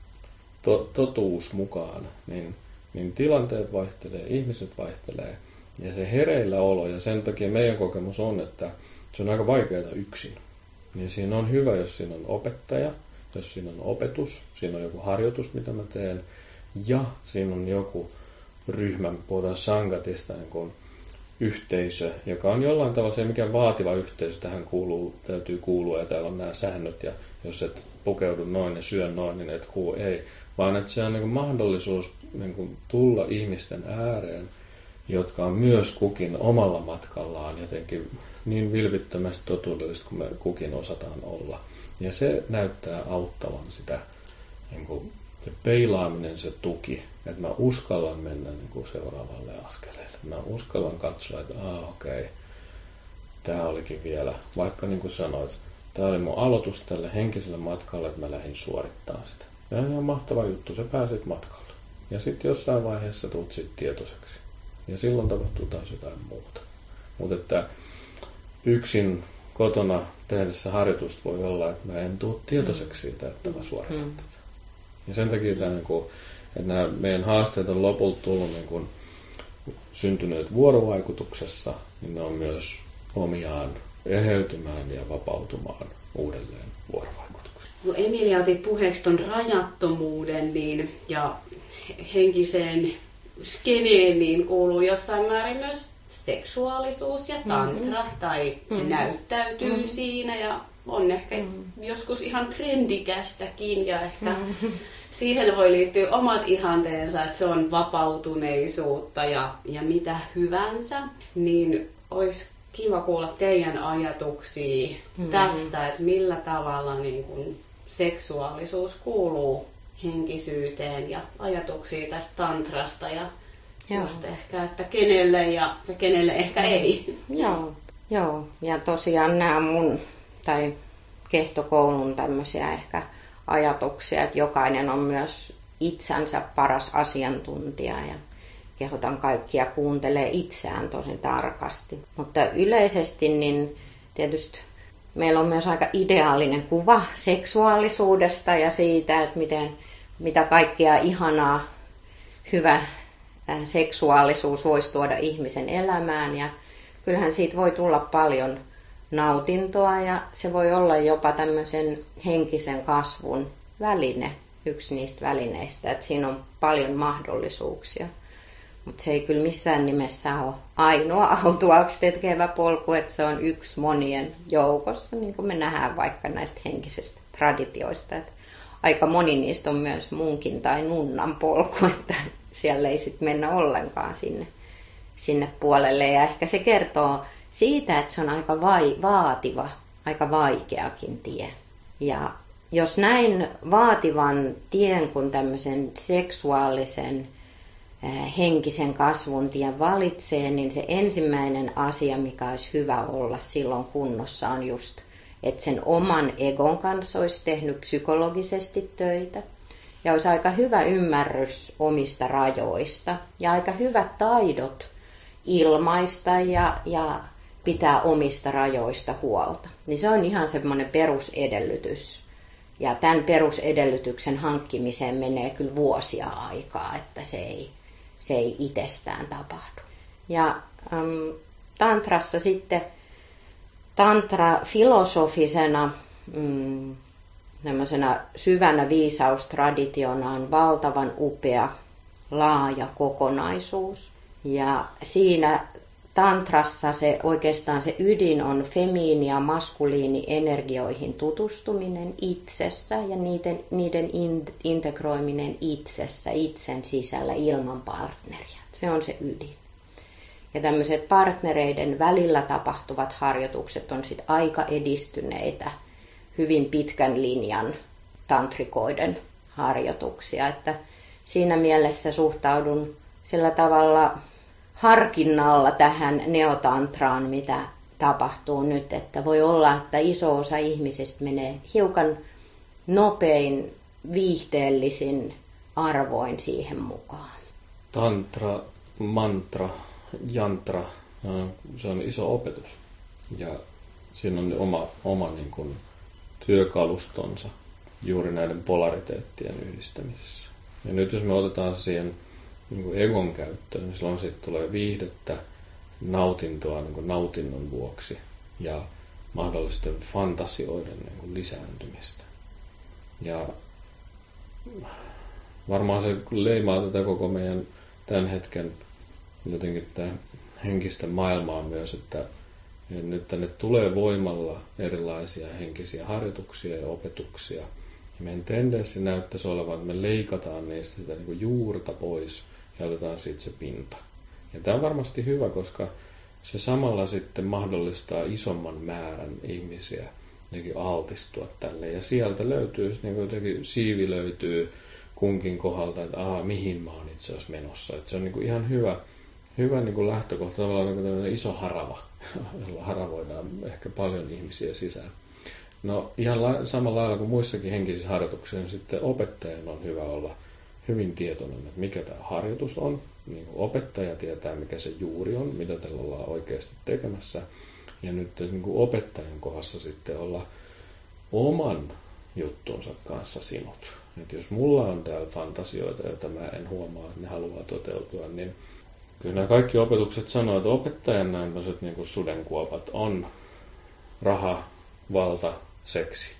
totuus mukaan, niin tilanteet vaihtelee, ihmiset vaihtelee ja se hereilläolo, ja sen takia meidän kokemus on, että se on aika vaikeaa yksin. Niin siinä on hyvä, jos siinä on opettaja, jos siinä on opetus, siinä on joku harjoitus, mitä mä teen, ja siinä on joku ryhmä, puhutaan sangatista, niin kuin yhteisö, joka on jollain tavalla se, mikä vaativa yhteisö tähän täytyy kuulua, ja täällä on nämä säännöt, ja jos et pukeudu noin ja syö noin, niin et kuulu, ei. Vaan että se on niin kuin mahdollisuus niin kuin tulla ihmisten ääreen, jotka on myös kukin omalla matkallaan jotenkin niin vilpittömästi totuudellista kuin me kukin osataan olla. Ja se näyttää auttavan sitä niin kuin se peilaaminen, se tuki, että mä uskallan mennä niin kuin seuraavalle askeleelle. Mä uskallan katsoa, että okei, tää olikin vielä, vaikka niin kuin sanoit, tää oli mun aloitus tälle henkiselle matkalle, että mä lähdin suorittamaan sitä. Ja on ihan mahtava juttu, sä pääsit matkalle. Ja sitten jossain vaiheessa tulet siitä tietoiseksi. Ja silloin tapahtuu taas jotain muuta. Mutta että yksin kotona tehdessä harjoitusta voi olla, että mä en tule tietoiseksi siitä, että mä suoritan tätä. Ja sen takia tämä, että nämä meidän haasteet on lopulta tullut syntyneet vuorovaikutuksessa, niin ne on myös omiaan eheytymään ja vapautumaan uudelleen vuorovaikutuksessa. No Emilia, otit puheeksi ton rajattomuuden ja henkiseen skeneen niin kuuluu jossain määrin myös seksuaalisuus ja tantra, tai se näyttäytyy siinä ja on ehkä joskus ihan trendikästäkin ja ehkä siihen voi liittyä omat ihanteensa, että se on vapautuneisuutta ja mitä hyvänsä, niin olisi kiva kuulla teidän ajatuksia tästä, että millä tavalla niin kun seksuaalisuus kuuluu henkisyyteen ja ajatuksia tästä tantrasta ja just ehkä, että kenelle ja kenelle ehkä ei. Joo. Ja tosiaan nämä mun tai kehtokoulun tämmöisiä ehkä ajatuksia, että jokainen on myös itsensä paras asiantuntija ja kehotan kaikkia kuuntelee itseään tosi tarkasti. Mutta yleisesti niin tietysti meillä on myös aika ideaalinen kuva seksuaalisuudesta ja siitä, että mitä kaikkea ihanaa, hyvä seksuaalisuus voisi tuoda ihmisen elämään. Ja kyllähän siitä voi tulla paljon nautintoa ja se voi olla jopa tämmöisen henkisen kasvun väline, yksi niistä välineistä, että siinä on paljon mahdollisuuksia. Mutta se ei kyllä missään nimessä ole ainoa autuaaksi tekevä polku, että se on yksi monien joukossa, niin kuin me nähdään vaikka näistä henkisistä traditioista. Että aika moni niistä on myös munkin tai nunnan polku, että siellä ei sitten mennä ollenkaan sinne puolelle. Ja ehkä se kertoo siitä, että se on aika vaativa, aika vaikeakin tie. Ja jos näin vaativan tien kuin tämmöisen seksuaalisen henkisen kasvun tien valitsee, niin se ensimmäinen asia, mikä olisi hyvä olla silloin kunnossa, on just, että sen oman egon kanssa olisi tehnyt psykologisesti töitä. Ja olisi aika hyvä ymmärrys omista rajoista ja aika hyvät taidot ilmaista ja pitää omista rajoista huolta. Niin se on ihan semmoinen perusedellytys. Ja tämän perusedellytyksen hankkimiseen menee kyllä vuosia aikaa, että se ei itsestään tapahdu. Ja tantrassa sitten, tantra-filosofisena syvänä viisaustraditiona on valtavan upea, laaja kokonaisuus. Ja siinä tantrassa oikeastaan se ydin on feminiini- ja maskuliini-energioihin tutustuminen itsessä ja niiden integroiminen itsessä, itsen sisällä ilman partneria. Se on se ydin. Ja tämmöiset partnereiden välillä tapahtuvat harjoitukset on sitten aika edistyneitä, hyvin pitkän linjan tantrikoiden harjoituksia. Että siinä mielessä suhtaudun sillä tavalla harkinnalla tähän neotantraan, mitä tapahtuu nyt. Että voi olla, että iso osa ihmisistä menee hiukan nopein, viihteellisin arvoin siihen mukaan. Tantra, mantra, jantra, se on iso opetus. Ja siinä on oma niin kuin työkalustonsa juuri näiden polariteettien yhdistämisessä. Ja nyt jos me otetaan siihen niin kuin egon käyttöön, niin silloin siitä tulee viihdettä, nautintoa niin kuin nautinnon vuoksi ja mahdollisten fantasioiden niin kuin lisääntymistä. Ja varmaan se leimaa tätä koko meidän tämän hetken jotenkin tätä henkistä maailmaa myös, että nyt tänne tulee voimalla erilaisia henkisiä harjoituksia ja opetuksia. Ja meidän tendenssi näyttäisi olevan, että me leikataan niistä sitä niin kuin juurta pois ja otetaan siitä se pinta. Ja tämä on varmasti hyvä, koska se samalla sitten mahdollistaa isomman määrän ihmisiä altistua tälle. Ja sieltä löytyy, niin kuin jotenkin siivi löytyy kunkin kohdalta, että mihin mä oon itse asiassa menossa. Että se on niin kuin ihan hyvä niin kuin lähtökohta, tavallaan niin kuin iso harava, jolla haravoidaan ehkä paljon ihmisiä sisään. No ihan samalla lailla kuin muissakin henkisissä harjoituksissa, niin sitten opettajan on hyvä olla hyvin tietoinen, että mikä tämä harjoitus on. Niin kuin opettaja tietää, mikä se juuri on, mitä tällä ollaan oikeasti tekemässä. Ja nyt niin kuin opettajan kohdassa sitten olla oman juttunsa kanssa sinut. Että jos mulla on täällä fantasioita, joita mä en huomaa, että ne haluaa toteutua, niin kyllä nämä kaikki opetukset sanoo, että opettajan nämmöiset niin kuin sudenkuopat on raha, valta, seksi.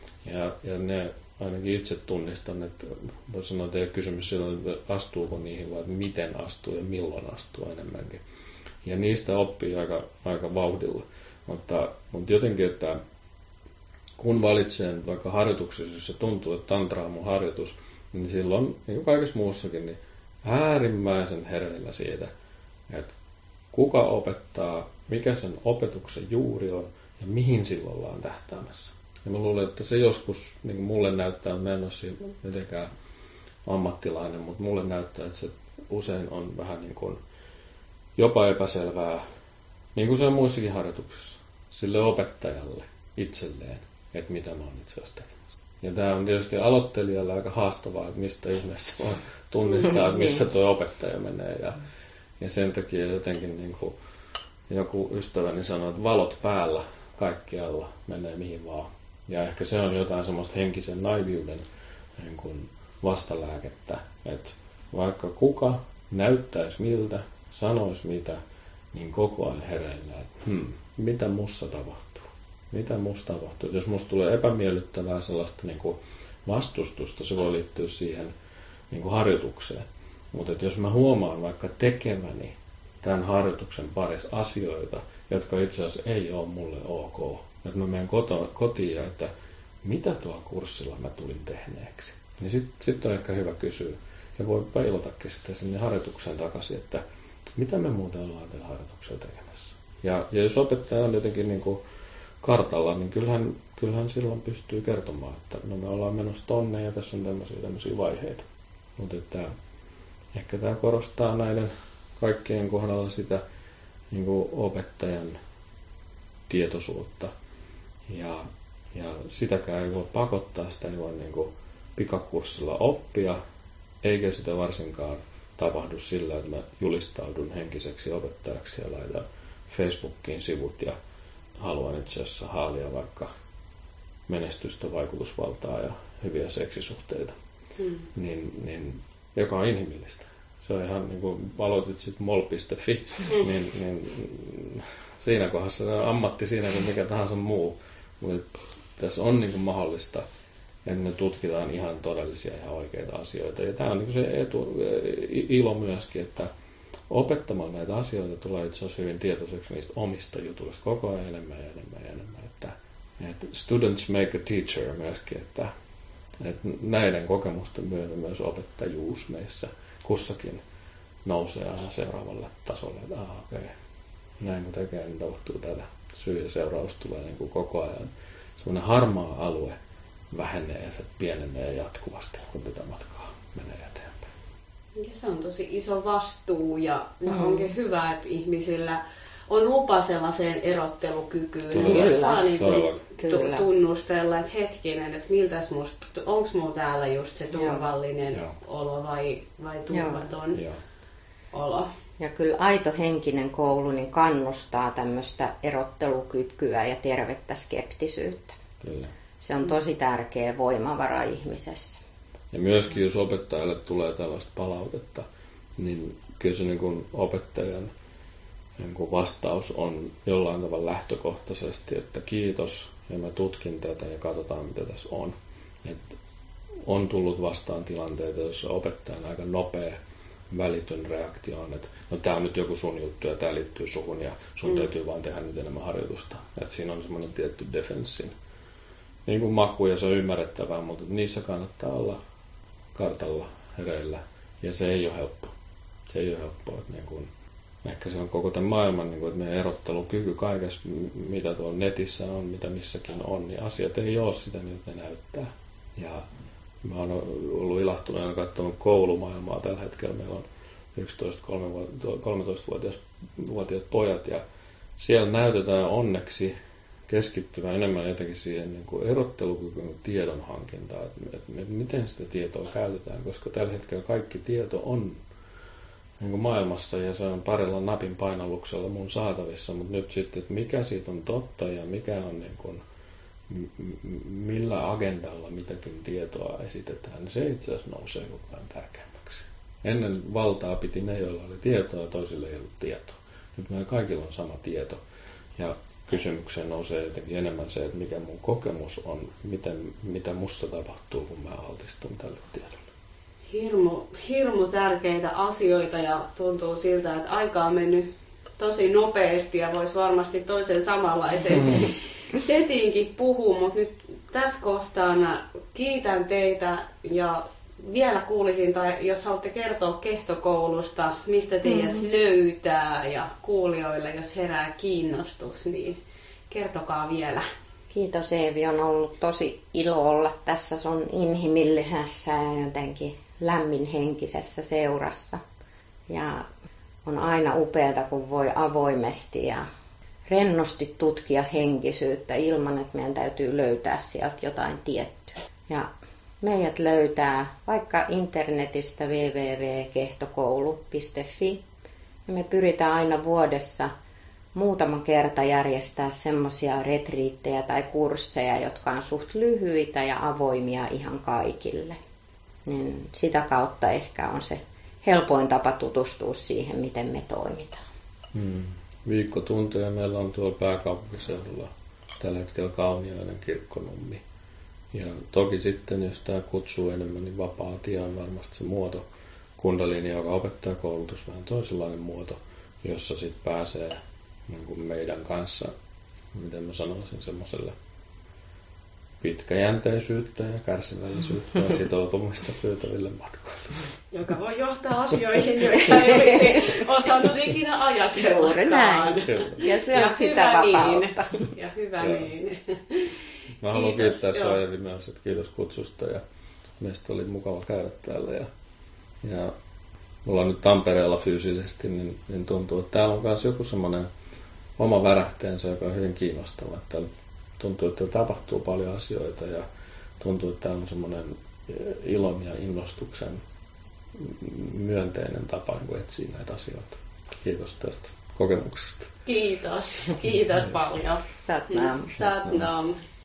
Ja ne ainakin itse tunnistan, että voisi sanoa, että ei ole kysymys silloin, että astuuko niihin, vaan miten astuu ja milloin astuu enemmänkin. Ja niistä oppii aika vauhdilla. Mutta jotenkin, että kun valitsee vaikka harjoituksessa, jos se tuntuu, että tantra on mun harjoitus, niin silloin, niin kuin kaikessa muussakin, niin äärimmäisen hereillä siitä, että kuka opettaa, mikä sen opetuksen juuri on ja mihin silloin ollaan tähtäämässä. Ja mä luulen, että se joskus niin kuin mulle näyttää, että mä en ole siinä mitenkään ammattilainen, mutta mulle näyttää, että se usein on vähän niin kuin jopa epäselvää, niin kuin se on muissakin harjoituksissa, sille opettajalle itselleen, että mitä mä oon itse asiassa tekemässä. Ja tämä on tietysti aloittelijalle aika haastavaa, että mistä ihmeessä voi tunnistaa, että missä tuo opettaja menee. Ja sen takia jotenkin niin kuin joku ystäväni sanoi, että valot päällä kaikkialla, menee mihin vaan. Ja ehkä se on jotain semmoista henkisen naiviuden niin kuin vastalääkettä, että vaikka kuka näyttäisi miltä, sanoisi mitä, niin koko ajan hereillä, että mitä musta tapahtuu? Mitä musta tapahtuu? Jos musta tulee epämiellyttävää sellaista niin kuin vastustusta, se voi liittyä siihen niin kuin harjoitukseen. Mutta jos mä huomaan vaikka tekeväni tämän harjoituksen parissa asioita, jotka itse asiassa ei ole mulle ok, että mä menen kotiin ja että mitä tuolla kurssilla mä tulin tehneeksi, niin sit on ehkä hyvä kysyä. Ja voi peilatakin sitten sinne harjoitukseen takaisin, että mitä me muuten ollaan tällä harjoituksella tekemässä. Ja jos opettaja on jotenkin niin kuin kartalla, niin kyllähän silloin pystyy kertomaan, että no me ollaan menossa tonne ja tässä on tämmöisiä vaiheita. Mutta että ehkä tämä korostaa näiden kaikkien kohdalla sitä niin kuin opettajan tietoisuutta. Ja sitäkään ei voi pakottaa, sitä ei voi niin kuin pikakurssilla oppia, eikä sitä varsinkaan tapahdu sillä, että mä julistaudun henkiseksi opettajaksi ja laitan Facebookiin sivut ja haluan itse asiassa haalia vaikka menestystä, vaikutusvaltaa ja hyviä seksisuhteita, niin, joka on inhimillistä. Se on ihan niin kuin aloitit sitten mol.fi, niin siinä kohdassa se on ammatti siinä kuin mikä tahansa muu. Mutta tässä on niin kuin mahdollista, että me tutkitaan ihan todellisia ja oikeita asioita. Ja tämä on niin kuin se ilo myöskin, että opettamalla näitä asioita tulee itse asiassa hyvin tietoiseksi niistä omista jutuista koko ajan enemmän ja enemmän ja enemmän. Että students make a teacher myöskin, että näiden kokemusten myötä myös opettajuus meissä kussakin nousee aina seuraavalle tasolle, että okei, näin kun tekee, niin tapahtuu tätä. Syy ja seuraus tulee niin kuin koko ajan. Semmoinen harmaa alue vähenee ja se pienenee jatkuvasti, kun tätä matkaa menee eteenpäin. Ja se on tosi iso vastuu ja onkin hyvä, että ihmisillä on lupa sellaiseen erottelukykyyn. Niin saa niin tunnustella, että hetkinen, että miltäs musta, onko mulla täällä just se turvallinen olo vai turvaton olo. Ja kyllä aito henkinen koulu niin kannustaa tämmöistä erottelukykyä ja tervettä skeptisyyttä. Kyllä. Se on tosi tärkeä voimavara ihmisessä. Ja myöskin jos opettajalle tulee tällaista palautetta, niin kyllä se niin kuin opettajan niin kuin vastaus on jollain tavalla lähtökohtaisesti, että kiitos ja mä tutkin tätä ja katsotaan mitä tässä on. Et on tullut vastaan tilanteita, joissa opettajan aika nopea välitön reaktio on, että no tää on nyt joku sun juttu ja tää liittyy suhun ja sun täytyy vaan tehdä nyt enemmän harjoitusta. Että siinä on semmoinen tietty defenssin niin kuin maku ja se on ymmärrettävää, mutta niissä kannattaa olla kartalla hereillä ja se ei ole helppo. Se ei ole helppoa, että niin kuin, ehkä se on koko tämän maailman, niin kuin, että meidän erottelukyky kaikessa, mitä tuolla netissä on, mitä missäkin on, niin asiat ei ole sitä, miltä ne näyttää. Ja mä oon ollut ilahtuneena katsonut koulumaailmaa tällä hetkellä. Meillä on 11-13-vuotiaat pojat ja siellä näytetään onneksi keskittyvän enemmän jotenkin siihen niin kuin erottelukykyyn tiedonhankintaan, että miten sitä tietoa käytetään, koska tällä hetkellä kaikki tieto on niin kuin maailmassa ja se on parilla napin painalluksella mun saatavissa, mutta nyt sitten, että mikä siitä on totta ja mikä on niin kuin, millä agendalla mitäkin tietoa esitetään, niin se itse asiassa nousee koko ajan tärkeämmäksi. Ennen valtaa piti ne, joilla oli tietoa ja toisille ei ollut tietoa. Nyt meillä kaikilla on sama tieto ja kysymykseen nousee jotenkin enemmän se, että mikä mun kokemus on, mitä musta tapahtuu, kun mä altistun tälle tiedolle. Hirmu tärkeitä asioita ja tuntuu siltä, että aika on mennyt tosi nopeasti ja voisi varmasti toisen samanlaisen setinkin puhua, mutta nyt tässä kohtaa kiitän teitä ja vielä kuulisin, tai jos haluatte kertoa Kehtokoulusta, mistä teidät löytää ja kuulijoille, jos herää kiinnostus, niin kertokaa vielä. Kiitos Eevi, on ollut tosi ilo olla tässä sun inhimillisessä ja jotenkin lämminhenkisessä seurassa. Ja on aina upeata, kun voi avoimesti ja rennosti tutkia henkisyyttä ilman, että meidän täytyy löytää sieltä jotain tiettyä. Ja meidät löytää vaikka internetistä www.kehtokoulu.fi ja me pyritään aina vuodessa muutama kerta järjestää semmoisia retriittejä tai kursseja, jotka on suht lyhyitä ja avoimia ihan kaikille. Niin sitä kautta ehkä on se helpoin tapa tutustua siihen, miten me toimitaan. Viikkotunteja meillä on tuolla pääkaupunkiseudulla tällä hetkellä Kauniainen, Kirkkonummi. Ja toki sitten, jos tämä kutsuu enemmän, niin vapaa-tie on varmasti se muoto. Kundalini, joka opettajakoulutus, vähän toisenlainen muoto, jossa sitten pääsee niin kuin meidän kanssa, miten mä sanoisin, semmoiselle pitkäjänteisyyttä ja kärsivällisyyttä ja sitoutumista pyytäville matkoille. Joka voi johtaa asioihin, joita ei olisi osannut ikinä ajatellakaan. Juuri näin. Ja se on sitä vapautta. Niin. Ja hyvä niin. Mä haluan kiittää sinua ja viimeiset kiitos kutsusta ja meistä oli mukava käydä täällä. Ja mulla on nyt Tampereella fyysisesti, niin tuntuu, että täällä on myös joku semmoinen oma värähteensä, joka on hyvin kiinnostava. Täällä tuntuu, että tapahtuu paljon asioita ja tuntuu, että täällä on semmoinen ilon ja innostuksen myönteinen tapa niin etsiä näitä asioita. Kiitos tästä kokemuksesta. Kiitos. Kiitos paljon. Satnam. Satnam.